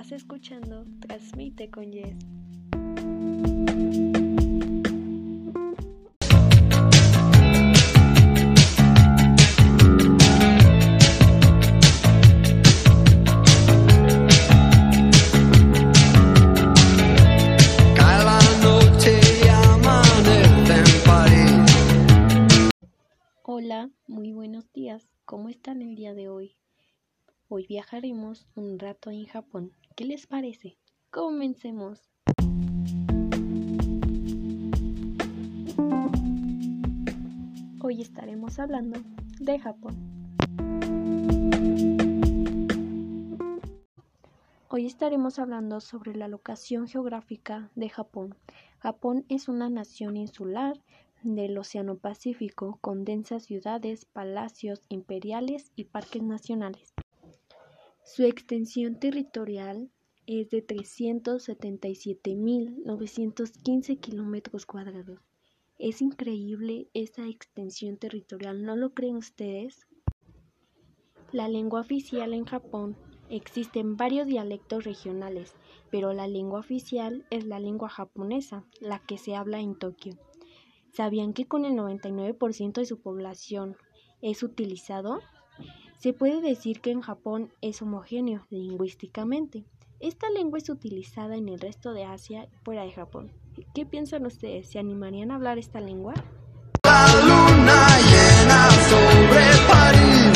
Estás escuchando Transmite con Jess. Hola, muy buenos días. ¿Cómo están el día de hoy? Hoy viajaremos un rato en Japón. ¿Qué les parece? Comencemos. Hoy estaremos hablando de Japón. Hoy estaremos hablando sobre la locación geográfica de Japón. Japón es una nación insular del Océano Pacífico con densas ciudades, palacios imperiales y parques nacionales. Su extensión territorial es de 377.915 kilómetros cuadrados. Es increíble esa extensión territorial, ¿no lo creen ustedes? La lengua oficial en Japón. Existen varios dialectos regionales, pero la lengua oficial es la lengua japonesa, la que se habla en Tokio. ¿Sabían que con el 99% de su población es utilizado? Se puede decir que en Japón es homogéneo lingüísticamente. Esta lengua es utilizada en el resto de Asia y fuera de Japón. ¿Qué piensan ustedes? ¿Se animarían a hablar esta lengua? La luna llena sobre París.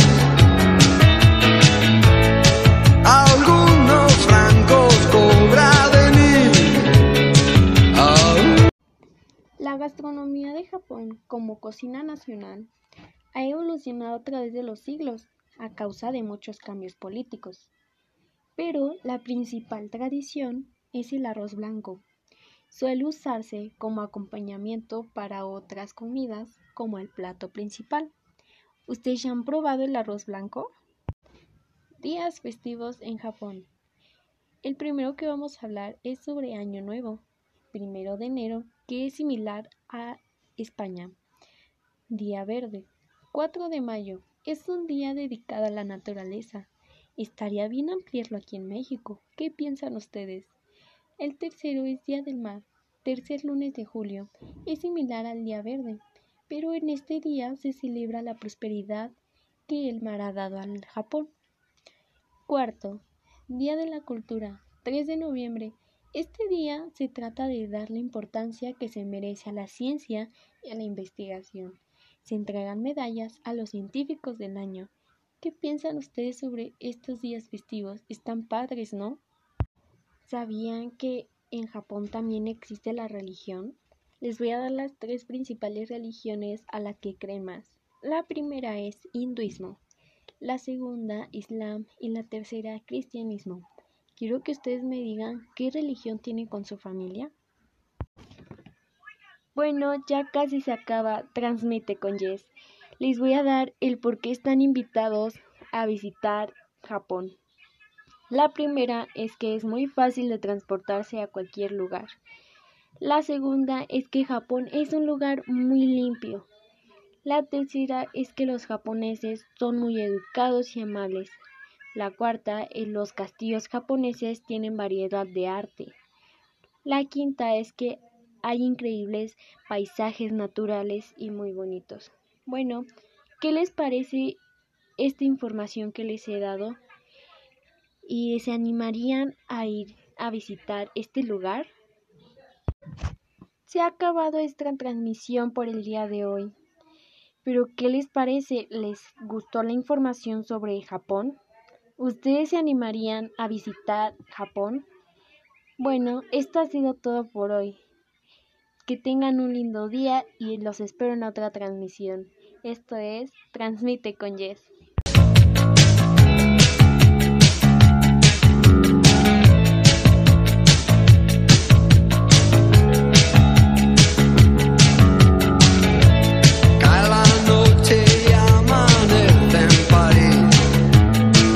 Algunos francos cobra venir. La gastronomía de Japón como cocina nacional ha evolucionado a través de los siglos a causa de muchos cambios políticos. Pero la principal tradición es el arroz blanco. Suele usarse como acompañamiento para otras comidas como el plato principal. ¿Ustedes ya han probado el arroz blanco? Días festivos en Japón. El primero que vamos a hablar es sobre Año Nuevo, 1 de enero, que es similar a España. Día Verde, 4 de mayo, es un día dedicado a la naturaleza. Estaría bien ampliarlo aquí en México. ¿Qué piensan ustedes? El tercero es Día del Mar, tercer lunes de julio. Es similar al Día Verde, pero en este día se celebra la prosperidad que el mar ha dado al Japón. Cuarto, Día de la Cultura, 3 de noviembre. Este día se trata de dar la importancia que se merece a la ciencia y a la investigación. Se entregan medallas a los científicos del año. ¿Qué piensan ustedes sobre estos días festivos? Están padres, ¿no? ¿Sabían que en Japón también existe la religión? Les voy a dar las 3 principales religiones a las que creen más. La primera es hinduismo, la segunda islam y la tercera cristianismo. Quiero que ustedes me digan qué religión tienen con su familia. Bueno, ya casi se acaba Transmite con Jess. Les voy a dar el por qué están invitados a visitar Japón. La primera es que es muy fácil de transportarse a cualquier lugar. La segunda es que Japón es un lugar muy limpio. La tercera es que los japoneses son muy educados y amables. La cuarta es los castillos japoneses tienen variedad de arte. La quinta es que hay increíbles paisajes naturales y muy bonitos. Bueno, ¿qué les parece esta información que les he dado? ¿Y se animarían a ir a visitar este lugar? Se ha acabado esta transmisión por el día de hoy. Pero ¿qué les parece? ¿Les gustó la información sobre Japón? ¿Ustedes se animarían a visitar Japón? Bueno, esto ha sido todo por hoy. Que tengan un lindo día y los espero en otra transmisión. Esto es Transmite con Jess.